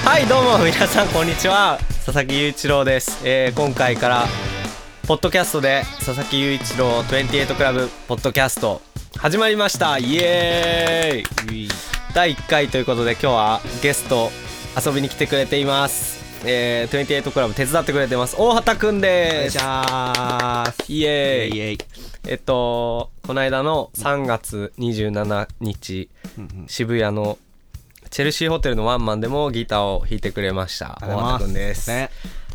はいどうも皆さんこんにちは、佐々木雄一郎です。今回からポッドキャストで佐々木雄一郎28クラブポッドキャスト始まりました。イエーイ第1回ということで今日はゲスト遊びに来てくれています。28クラブ手伝ってくれてます大畑くんです。イエーイ。この間の3月27日、渋谷のチェルシーホテルのワンマンでもギターを弾いてくれました大畑くんです、ね。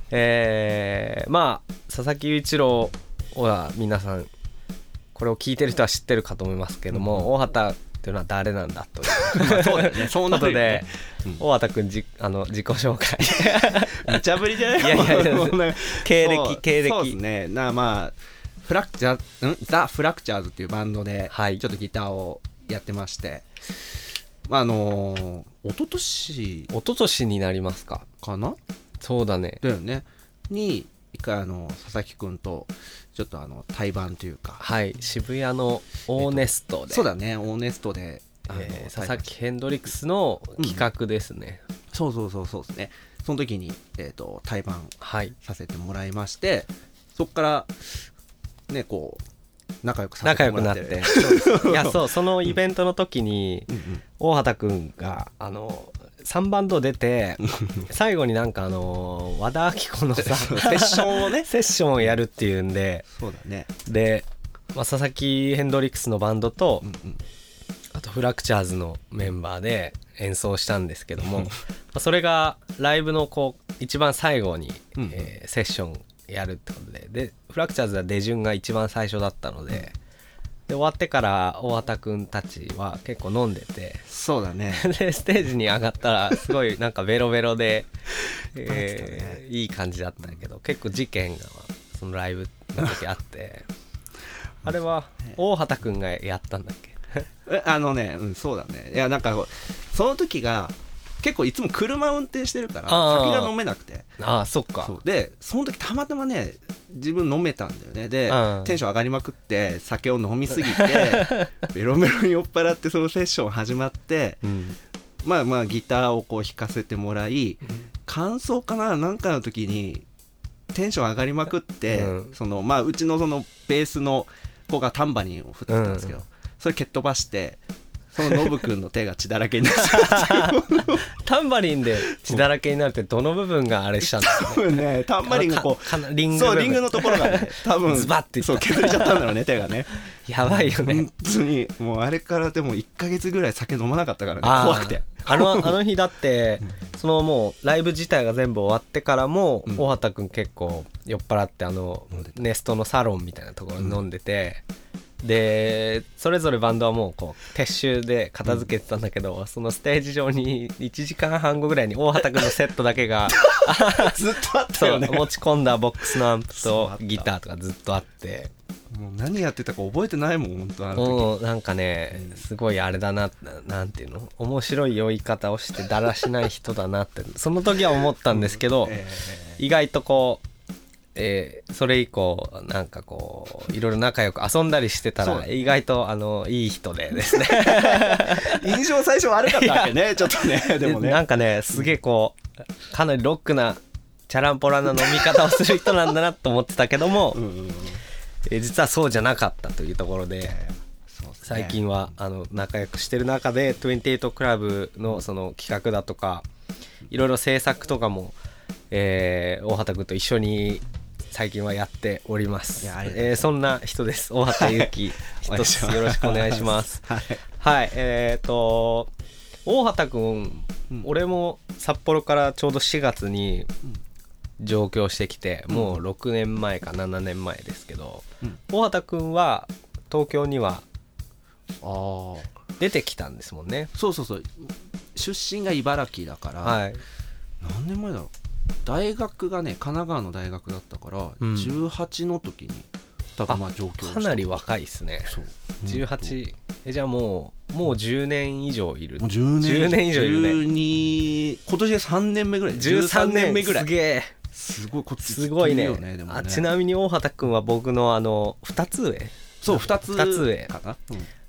まあ佐々木雄一郎は皆さんこれを聞いてる人は知ってるかと思いますけども、大畑っていうのは誰なんだというそうだよね、そうなるよね。 大畑くん自己紹介無茶ぶりじゃない。 いや経歴そうですね。まあザ・フラクチャーズっていうバンドでちょっとギターをやってまして、一昨年になりますかな。 そうだね。 だよね。に一回佐々木くんとちょっと対バンというか、 はい、渋谷のオーネストで、 そうだね、オーネストで、 佐々木ヘンドリックスの企画ですね、 そうですね。その時に対バンさせてもらいまして、そっからねこう仲良くさせてもらって、 いやそうそのイベントの時に大畑くんが3バンド出て最後になんか和田アキ子のさセッションをねセッションをやるっていうんで、 そうだね。 で、佐々木ヘンドリックスのバンドと、あとフラクチャーズのメンバーで演奏したんですけどもそれがライブのこう一番最後に、セッションやるってことでフラクチャーズは出順が一番最初だったので、で終わってから大畑くんたちは結構飲んでて、 そうだねでステージに上がったらすごいなんかベロベロで、いい感じだったんだけど、結構事件がそのライブの時あってあれは大畑くんがやったんだっけそうだね。いやなんかその時が結構いつも車運転してるから酒が飲めなくて、 そっか。 でその時たまたまね自分飲めたんだよね。でテンション上がりまくって酒を飲みすぎてベロベロに酔っ払ってそのセッション始まって、まあギターをこう弾かせてもらい、感想かなんかの時にテンション上がりまくって、うちのそのベースの子がタンバリンを振ってたんですけど、それ蹴っ飛ばしてそのノブくんの手が血だらけになっちゃうタンバリンで血だらけになるってどの部分があれしたんだろう。 多分ねタンバリンがこうリングのところがね多分ズバッてそう削れちゃったんだろうね手がね。 やばいよね本当に。もうあれからでも1ヶ月ぐらい酒飲まなかったからね、怖くて。 あの日だってそのもうライブ自体が全部終わってからも、大畑くん結構酔っ払ってネストのサロンみたいなところに飲んでて、でそれぞれバンドはもうこう撤収で片付けてたんだけど、そのステージ上に1時間半後ぐらいに大畑くんのセットだけがずっとあったよね。 そう持ち込んだボックスのアンプとギターとかずっとあって、 もう何やってたか覚えてないもん本当。 もうなんかねすごいあれだな、なんていうの、面白い酔い方をしてだらしない人だなってその時は思ったんですけど、意外とこうそれ以降なんかこういろいろ仲良く遊んだりしてたら意外といい人でですね印象最初悪かったわけねちょっとね。でもねなんかねすげえこうかなりロックなチャランポラな飲み方をする人なんだなと思ってたけども実はそうじゃなかったというところで、最近は仲良くしてる中で28クラブのその企画だとかいろいろ制作とかも大畑くんと一緒に最近はやっております。そんな人です。大畑ゆき、一つよろしくお願いします。はい、大畑くん、俺も札幌からちょうど4月に上京してきて、もう6年前か7年前ですけど、大畑くんは東京には出てきたんですもんね。 そう出身が茨城だから、何年前だろう。大学がね神奈川の大学だったから、18の時に多分上京した。 かなり若いですね。そう18じゃあもう10年以上いる。もう10年以上いるね。 今年で3年目ぐらい。 13年目ぐらい。すげえ。 すごいこっちすごいね。 でもね。 ちなみに大畑くんは僕の2つ上。 そう2つ上かな。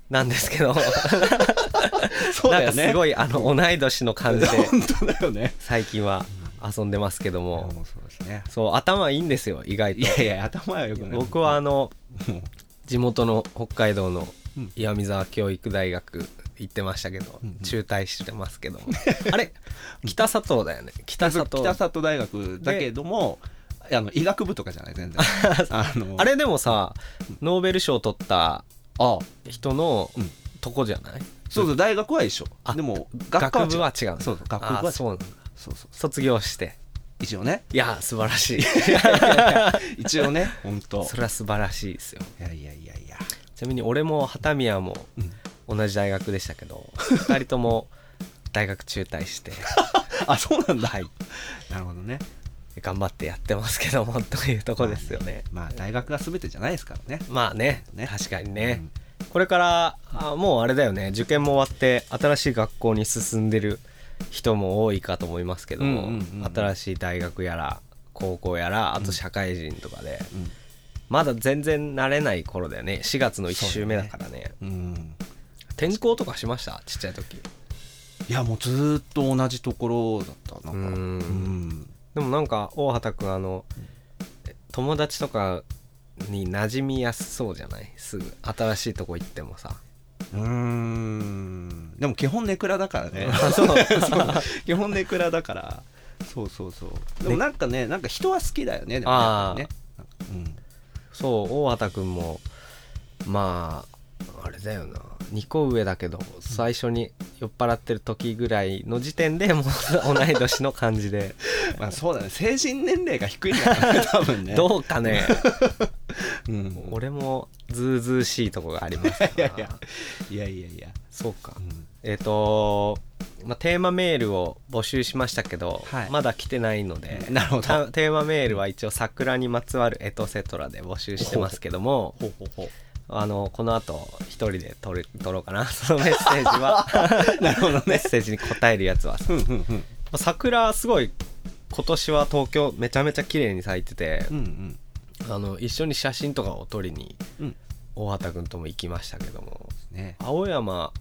なんですけどそうだよね、 なんかすごい同い年の感じで本当だよね、 最近は遊んでますけども、 もうそうですね、 そう頭いいんですよ意外と。 いやいや頭はよくない。 僕は地元の北海道の岩見沢教育大学行ってましたけど、中退してますけどもあれ北里だよね、北里大学だけども医学部とかじゃない全然あれでもさノーベル賞を取った人のとこじゃない？ そうそう、大学は一緒。でも学部は違う。 そうそう、学部は違う。 そうなんだ。 そうそう、 卒業して一応ね。 いや素晴らしい一応ね、本当。 それは素晴らしいですよ。 いやいやいやいや。 ちなみに俺も畑宮も同じ大学でしたけど、2人とも大学中退してあ、そうなんだ。 はい、 なるほどね。 頑張ってやってますけどもというとこですよね。 まあ大学が全てじゃないですからね。 まあね、確かにね、これからもうあれだよね、受験も終わって新しい学校に進んでる人も多いかと思いますけども、新しい大学やら高校やらあと社会人とかで、まだ全然慣れない頃だよね。4月の1週目だからね。転校とかしました？ちっちゃい時。 いやもうずっと同じところだった。なんかでもなんか大畑くん友達とかに馴染みやすそうじゃない？すぐ新しいとこ行ってもさ。 でも基本ネクラだからね基本ネクラだから、そうそうそう。でもなんかね、なんか人は好きだよね。でもやっぱりね、 そう大畑くんもまああれだよな、2個上だけど最初に酔っ払ってる時ぐらいの時点でもう同い年の感じでまあそうだね、成人年齢が低いんだからね多分ねどうかね俺もずうずうしいとこがありますからいやそうか、まあ、テーマメールを募集しましたけど、まだ来てないので、 なるほど。 テーマメールは一応桜にまつわるエトセトラで募集してますけども、この後一人で撮ろうかなそのメッセージはなるほどね、 メッセージに答えるやつは桜すごい今年は東京めちゃめちゃ綺麗に咲いてて、一緒に写真とかを撮りに大畑くんとも行きましたけども、青山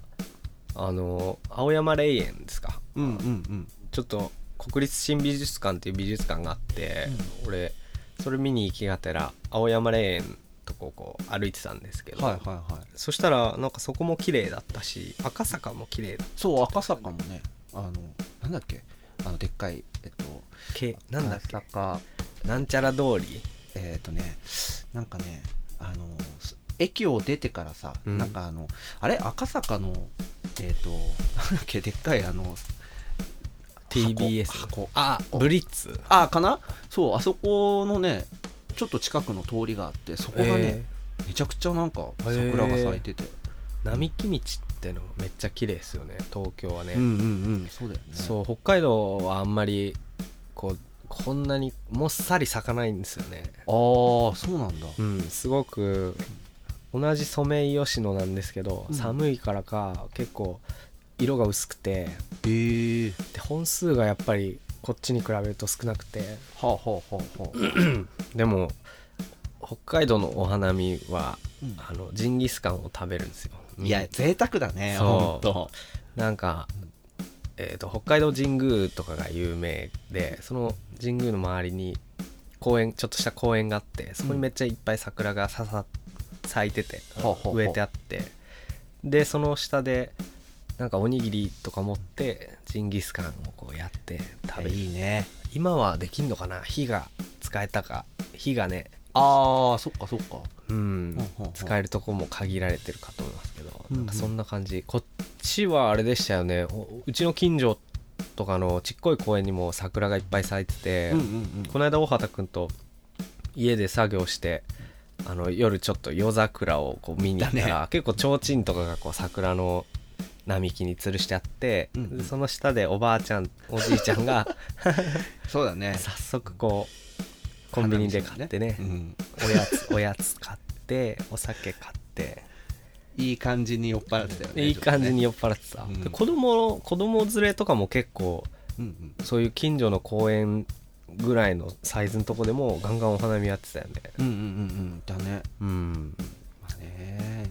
霊園ですか、ちょっと国立新美術館っていう美術館があって、俺それ見に行きがてら青山霊園とこう歩いてたんですけど、そしたらなんかそこも綺麗だったし赤坂も綺麗だった。 そう、赤坂もね、なんだっけ、でっかいなんだっけ、なんちゃら通り、 なんかね、駅を出てからさ、なんかあれ赤坂のなんだっけ、でっかい TBS 箱、ブリッツかな、そう、あそこのねちょっと近くの通りがあって、そこがね、めちゃくちゃなんか桜が咲いてて、 並木道ってのめっちゃ綺麗ですよね、東京はね。 そうだよね。 そう、北海道はあんまりこんなにもっさり咲かないんですよね。 そうなんだ。 すごく同じソメイヨシノなんですけど、寒いからか結構色が薄くて、で本数がやっぱりこっちに比べると少なくて、でも北海道のお花見は、ジンギスカンを食べるんですよ。 いや贅沢だね、ほんと。 なんか、北海道神宮とかが有名で、その神宮の周りにちょっとした公園があって、そこにめっちゃいっぱい桜が咲いてて、植えてあって、でその下でなんかおにぎりとか持ってジンギスカンをこうやって食べる。 いいね。 今はできんのかな、火が使えたか、火がね、 そっかそっか、 使えるとこも限られてるかと思いますけど、なんかそんな感じ。こっちはあれでしたよね、うちの近所とかのちっこい公園にも桜がいっぱい咲いてて、この間大畑くんと家で作業して夜ちょっと夜桜をこう見に行ったら、結構提灯とかがこう桜の並木に吊るしてあって、その下でおばあちゃんおじいちゃんがそうだね、 早速こうコンビニで買ってね、おやつ買ってお酒買って、 いい感じに酔っ払ってたよね。 いい感じに酔っ払ってた、で子供連れとかも結構、そういう近所の公園ぐらいのサイズのとこでもガンガンお花見やってたよね。 だね。まあね、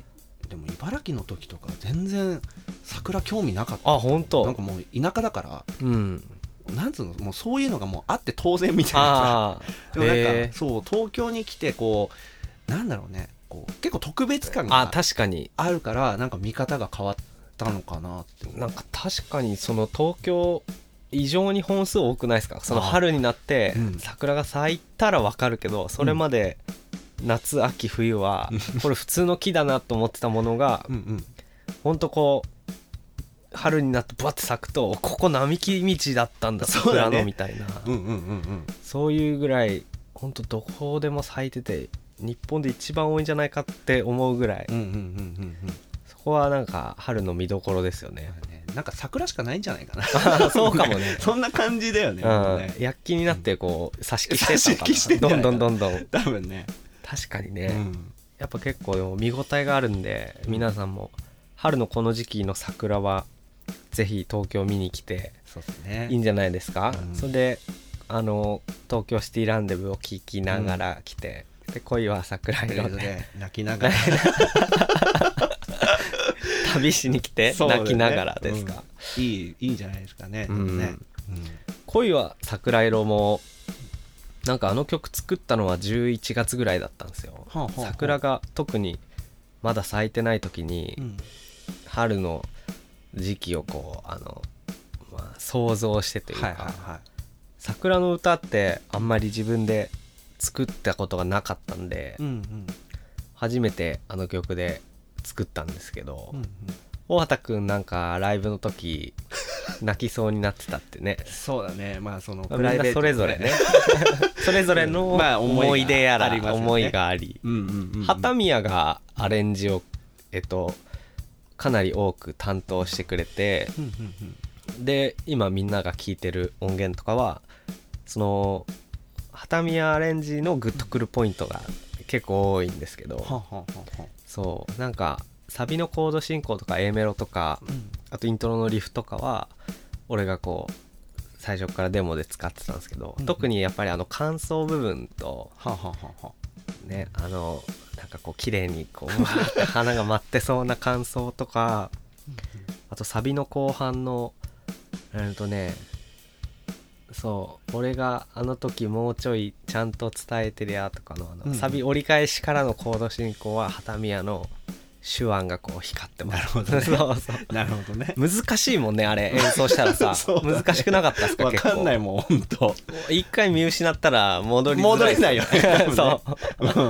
でも茨城の時とか全然桜興味なかった。 あ、本当。 なんかもう田舎だから、 うん、 なんつうの、もうそういうのがもうあって当然みたいな。でもなんかそう東京に来てこうなんだろうね、こう結構特別感が確かにあるから、なんか見方が変わったのかなって。 なんか確かにその東京異常に本数多くないですか。その春になって桜が咲いたら分かるけど、それまで夏秋冬はこれ普通の木だなと思ってたものがほんとこう春になってバッて咲くと、ここ並木道だったんだ桜のみたいな、そういうぐらいほんとどこでも咲いてて、日本で一番多いんじゃないかって思うぐらい、そこはなんか春の見どころですよね。 なんか桜しかないんじゃないかな。 そうかもね。 そんな感じだよね。 躍起になってこう挿し木してたのかな。どんどん多分ね。 確かにね、やっぱ結構見応えがあるんで、皆さんも春のこの時期の桜はぜひ東京見に来ていいんじゃないですか。それで東京シティランデブーを聴きながら来て、で恋は桜色で泣きながら旅しに来て泣きながらですか。 いいんじゃないですかね。 恋は桜色もなんか曲作ったのは11月ぐらいだったんですよ。桜が特にまだ咲いてない時に、春の時期をこう想像してというか、桜の歌ってあんまり自分で作ったことがなかったんで、初めて曲で作ったんですけど、大畑くんなんかライブの時泣きそうになってたってね。 そうだね。まあそのプライベートそれぞれねそれぞれの思い出やら思いがあり、畑宮がアレンジをかなり多く担当してくれて、で今みんなが聴いてる音源とかはその畑宮アレンジのグッとくるポイントが結構多いんですけど、そうなんかサビのコード進行とか A メロとか、あとイントロのリフとかは俺がこう最初からデモで使ってたんですけど、特にやっぱり間奏部分とね、なんかこう綺麗にこう花が舞ってそうな間奏とか、あとサビの後半のそう俺が時もうちょいちゃんと伝えてりゃとかのサビ折り返しからのコード進行は畑宮の手腕がこう光ってます。 なるほどね。そうなるほどね。 難しいもんねあれ演奏したらさ、ね、難しくなかったですか。 結構分かんないもん本当。 一回見失ったら戻れないよね。 そう、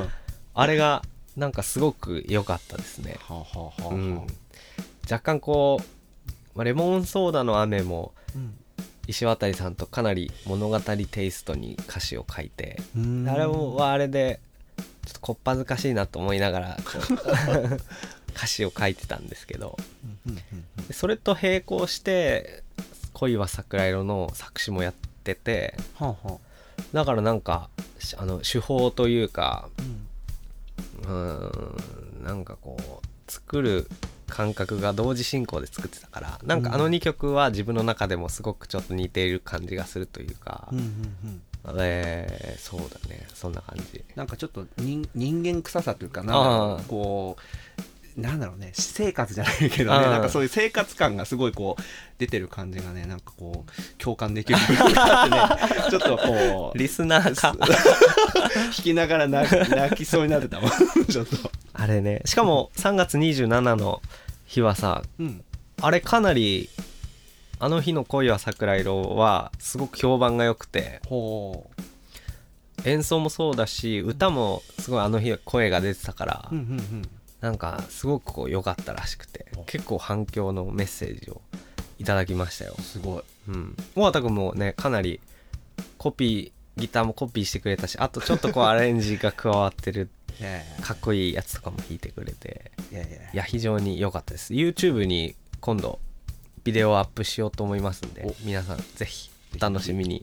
あれがなんかすごく良かったですね。若干こうレモンソーダの雨も、石渡さんとかなり物語テイストに歌詞を書いて、あれはあれでちょっとこっぱずかしいなと思いながら歌詞を書いてたんですけど、それと並行して恋は桜色の作詞もやってて、だからなんか手法というか、なんかこう作る感覚が同時進行で作ってたから、なんか2曲は自分の中でもすごくちょっと似ている感じがするというか、そうだね、そんな感じ。 なんかちょっと人間臭さというか、なんかこうなんだろうね、私生活じゃないけどね、なんかそういう生活感がすごいこう出てる感じがね、なんかこう共感できる部分があってねちょっとこうリスナーか弾きながら泣きそうになってたもんちょっとあれね。しかも3月27の日はさ、あれかなり日の恋は桜色はすごく評判が良くて、演奏もそうだし歌もすごい日声が出てたから、なんかすごくこう良かったらしくて、結構反響のメッセージをいただきましたよ。 すごい。 大畑君もねかなりギターもコピーしてくれたし、あとちょっとこうアレンジが加わってるかっこいいやつとかも弾いてくれて、いや非常に良かったです。 YouTube に今度ビデオをアップしようと思いますんで、皆さんぜひお楽しみに。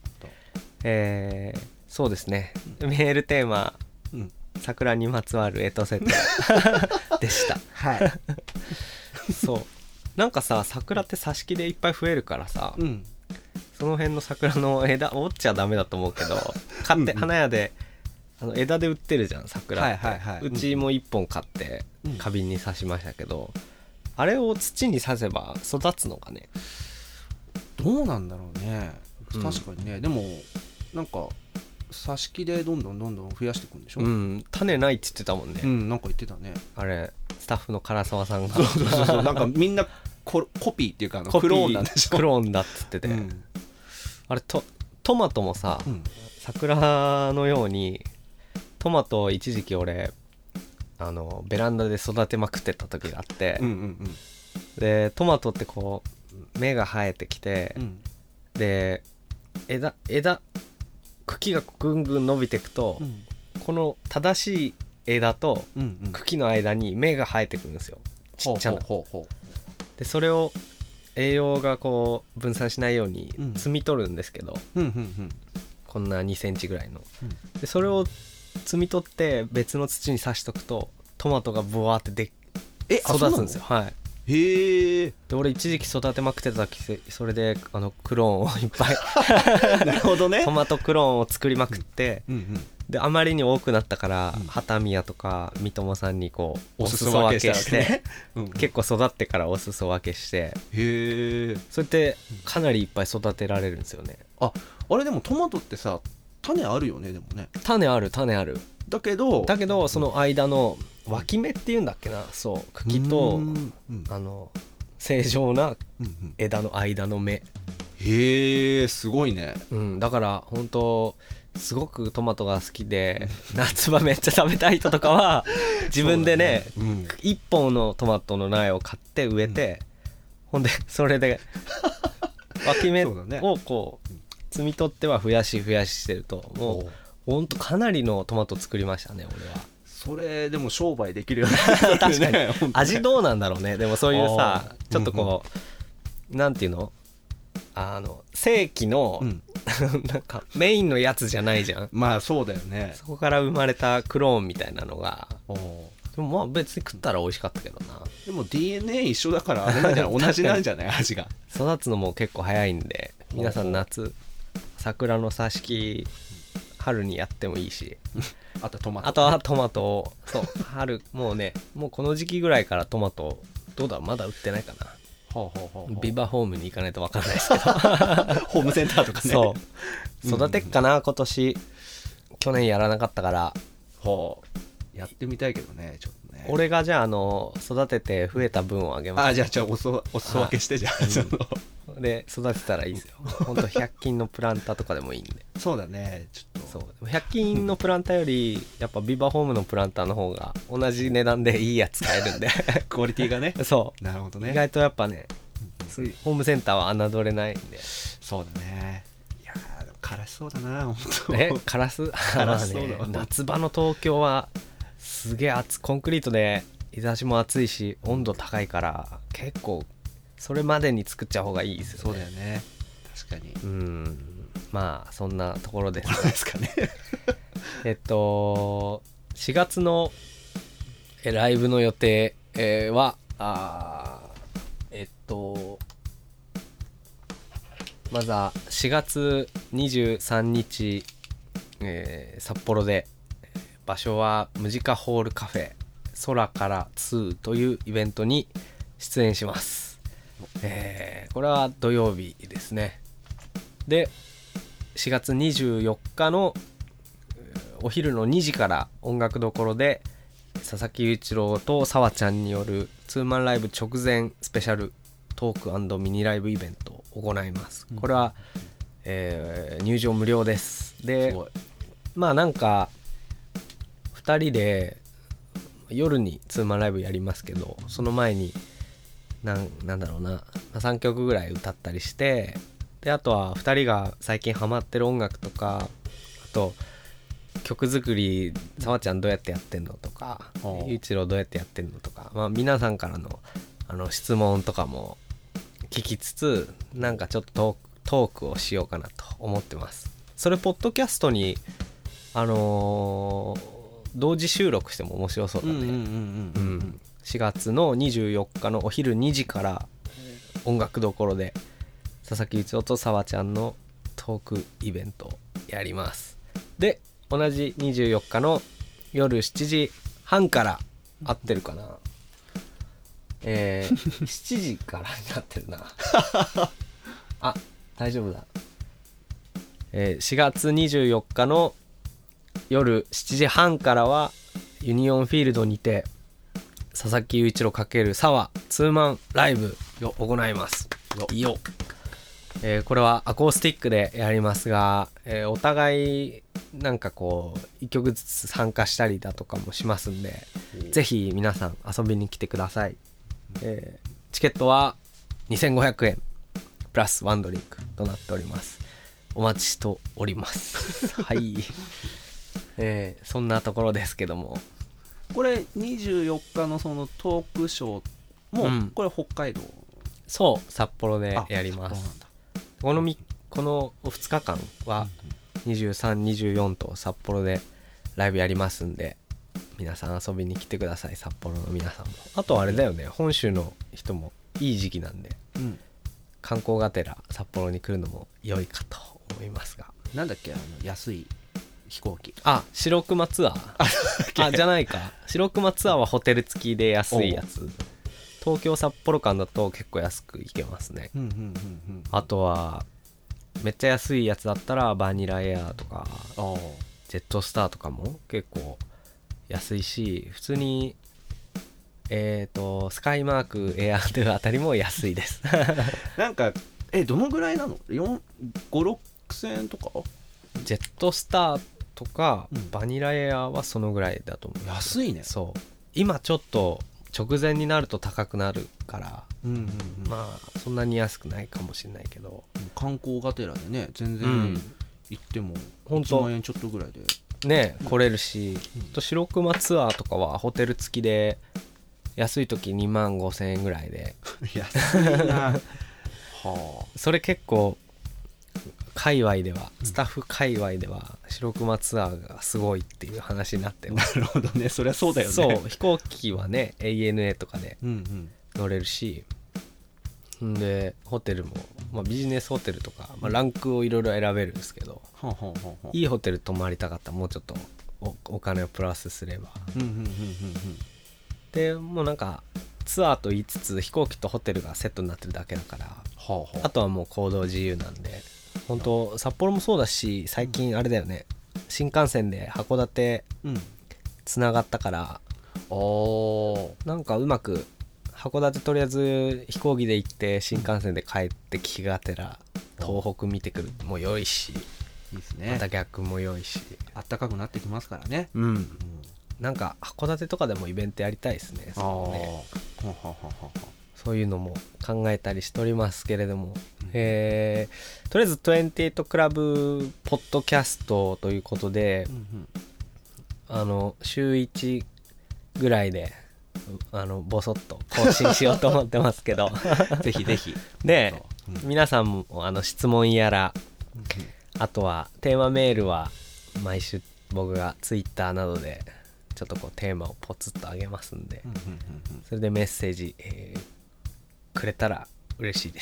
そうですね、メールテーマ、桜にまつわるエトセトラでしたそうなんかさ、桜って挿し木でいっぱい増えるからさ、その辺の桜の枝折っちゃダメだと思うけど、買って花屋で枝で売ってるじゃん桜って、 はいはいはい、 うちも1本買って花瓶に刺しましたけど、あれを土に刺せば育つのかね。 どうなんだろうね。確かにね、でもなんか挿し木でどんどん増やしていくんでしょ。 種ないって言ってたもんね。 なんか言ってたね。 あれスタッフの唐沢さんがそうなんかみんなコピーっていうかクローンなんでしょ。 クローンだっつってて、あれトマトもさ、桜のようにトマトを一時期俺ベランダで育てまくってた時があって、でトマトってこう芽が生えてきて、で茎がぐんぐん伸びていくと、この正しい枝と茎の間に芽が生えてくるんですよ、ちっちゃな。でそれを栄養がこう分散しないように摘み取るんですけど、こんな2センチぐらいの、でそれを摘み取って別の土に刺しとくとトマトがブワーって育つんですよ。はい。へえ。で俺一時期育てまくってた時、それでクローンをいっぱいなるほどね、トマトクローンを作りまくって、であまりに多くなったから、畑宮とか三友さんにこうお裾分けして、結構育ってからお裾分けして、へえ。それってかなりいっぱい育てられるんですよね。 あれでもトマトってさ種あるよね。でもね種あるだけどその間の脇芽っていうんだっけな、そう茎と正常な枝の間の芽。 へえ、すごいね。 だから本当すごくトマトが好きで夏場めっちゃ食べたい人とかは自分でね、1本のトマトの苗を買って植えて、ほんでそれで脇芽をこう摘み取っては増やししてると、もうほんとかなりのトマト作りましたね俺は。 それでも商売できるよね確かに味どうなんだろうね。でもそういうさちょっとこう、なんていうの正規の、なんかメインのやつじゃないじゃん。 まあそうだよね。 そこから生まれたクローンみたいなのが、でもまあ別に食ったら美味しかったけどな。 でも DNA 一緒だからあれなんじゃない同じなんじゃない味が。 育つのも結構早いんで、皆さん夏桜の挿し木春にやってもいいしあとはトマトをそう春もうね、もうこの時期ぐらいからトマトどうだろう、まだ売ってないかな。ビバホームに行かないと分かんないですけどホームセンターとかね。 そう育てっかな、今年去年やらなかったから。 やってみたいけどね、ちょっとね。 俺がじゃあ育てて増えた分をあげます。 じゃあお裾分けしてじゃあ、 で育てたらいいですよ。ほんと100均のプランターとかでもいいんで。 そうだね、ちょっとそう100均のプランターよりやっぱビバホームのプランターの方が同じ値段でいいやつ買えるんでクオリティがね。 そうなるほどね。 意外とやっぱね、ホームセンターは侮れないんで。 そうだね。いやでもカラスそうだな本当。 カラスそうだね。夏場の東京はすげえコンクリートで日差しも暑いし温度高いから結構それまでに作っちゃう方がいいですよね。 そうだよね、確かに。 まあそんなところですね。ですかね 4月のライブの予定はまずは4月23日、札幌で、場所はムジカホールカフェ空から2というイベントに出演します。これは土曜日ですね。で4月24日のお昼の2時から音楽どころで佐々木雄一郎とさわちゃんによるツーマンライブ直前スペシャルトーク&ミニライブイベントを行います。これは、入場無料です。で、まあなんか2人で夜にツーマンライブやりますけど、その前になんだろうな、3曲ぐらい歌ったりして、であとは2人が最近ハマってる音楽とか、あと曲作りさわちゃんどうやってやってんのとか、ゆういちろうどうやってやってんのとか、まあ、皆さんからの質問とかも聞きつつ、なんかちょっとトークをしようかなと思ってます。それポッドキャストに同時収録しても面白そうだね。4月の24日のお昼2時から音楽どころで佐々木一郎とさわちゃんのトークイベントをやります。で同じ24日の夜7時半から合ってるかな7時からになってるなあ、大丈夫だ。4月24日の夜7時半からはユニオンフィールドにて佐々木雄一郎×沢ツーマンライブを行います。よ、これはアコースティックでやりますが、お互いなんかこう1曲ずつ参加したりだとかもしますんで、ぜひ皆さん遊びに来てください。チケットは2500円プラスワンドリンクとなっております。お待ちしておりますはい、そんなところですけども、 これ24日のそのトークショーも、これ北海道、 そう札幌でやります。この2日間は23、24と札幌でライブやりますんで、皆さん遊びに来てください。札幌の皆さんも。あとあれだよね、本州の人もいい時期なんで、観光がてら札幌に来るのも良いかと思いますが。 なんだっけ、安い飛行機、 白熊ツアーじゃないか。白熊ツアーはホテル付きで安いやつ。東京札幌間だと結構安く行けますね。あとはめっちゃ安いやつだったらバニラエアーとかジェットスターとかも結構安いし、普通にスカイマークエアーというあたりも安いですなんかどのぐらいなの？5、6千円とか？ ジェットスターとか、バニラエアーはそのぐらいだと思う。 安いね。 そう、今ちょっと直前になると高くなるから、まあそんなに安くないかもしれないけど、 観光がてらでね、全然行っても1万円ちょっとぐらいでね来れるし、白熊ツアーとかはホテル付きで安い時2万5千円ぐらいで安いなそれ結構界隈では、スタッフ界隈では白熊ツアーがすごいっていう話になってる。 なるほどね、そりゃそうだよね。 そう、飛行機はね ANA とかで乗れるし、でホテルも、ビジネスホテルとか、ランクをいろいろ選べるんですけど、いいホテル泊まりたかったらもうちょっと お金をプラスすれば、でもうなんかツアーと言いつつ飛行機とホテルがセットになってるだけだから、あとはもう行動自由なんで、本当札幌もそうだし、最近あれだよね、新幹線で函館つながったから、なんかうまく函館とりあえず飛行機で行って新幹線で帰って気がてら東北見てくるも良いし、 いいですね、 また逆も良いし、 暖かくなってきますからね。 なんか函館とかでもイベントやりたいですね。そういうのも考えたりしておりますけれども、とりあえず28クラブポッドキャストということで、週1ぐらいでボソッと更新しようと思ってますけどぜひぜひで、皆さんも質問やら、あとはテーマメールは毎週僕がツイッターなどでちょっとこうテーマをポツッとあげますんで、それでメッセージ、くれたら嬉しいです。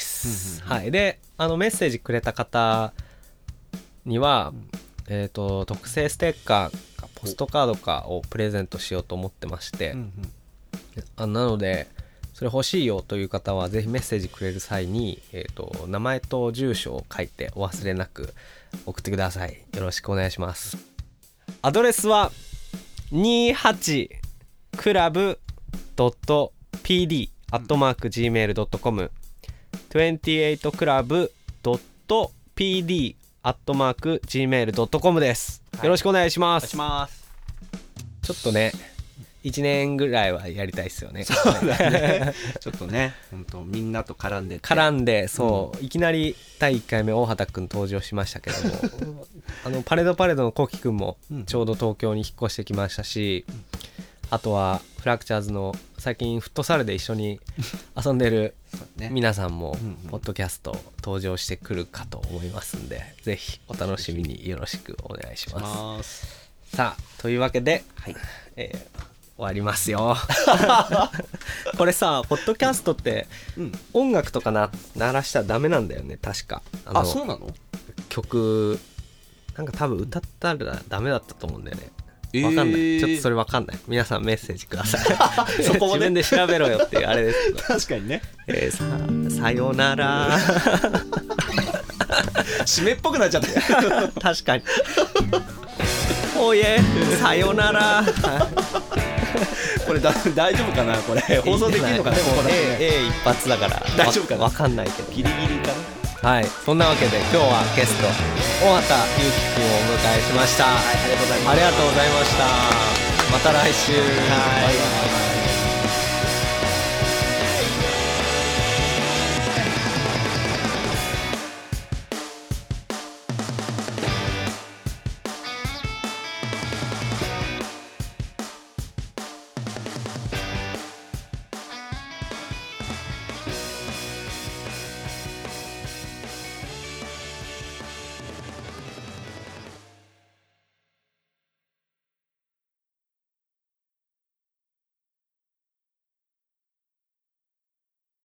はい。で、メッセージくれた方には、特製ステッカーかポストカードかをプレゼントしようと思ってまして、なのでそれ欲しいよという方はぜひメッセージくれる際に、名前と住所を書いてお忘れなく送ってください。よろしくお願いします。アドレスは28club.pd@gmail.com 28club.pd@gmail.com です。よろしくお願いします。ちょっとね1年ぐらいはやりたいですよね。 そうだねちょっとね、本当みんなと絡んでそう、 いきなり第1回目大畑くん登場しましたけどもパレードのコウキくんもちょうど東京に引っ越してきましたし、あとはフラクチャーズの最近フットサルで一緒に遊んでる皆さんもポッドキャスト登場してくるかと思いますんで、ぜひお楽しみによろしくお願いします。さあ、というわけで、終わりますよこれさ、ポッドキャストって音楽とか鳴らしたらダメなんだよね、確か。 そうなの？ 曲なんか多分歌ったらダメだったと思うんだよね。わかんない、ちょっとそれわかんない。皆さんメッセージくださいそこも、ね、自分で調べろよっていうあれですけど確かにね、 さよなら締めっぽくなっちゃった確かにおいえさよならこれ大丈夫かな、これ放送できるのかな。でも A 一発だから大丈夫かな、 わかんないけどギリギリかな。 はい、そんなわけで今日はゲスト大畑祐樹くんをお迎えしました。 はい、ありがとうございました。 また来週。 はい、バイバイ。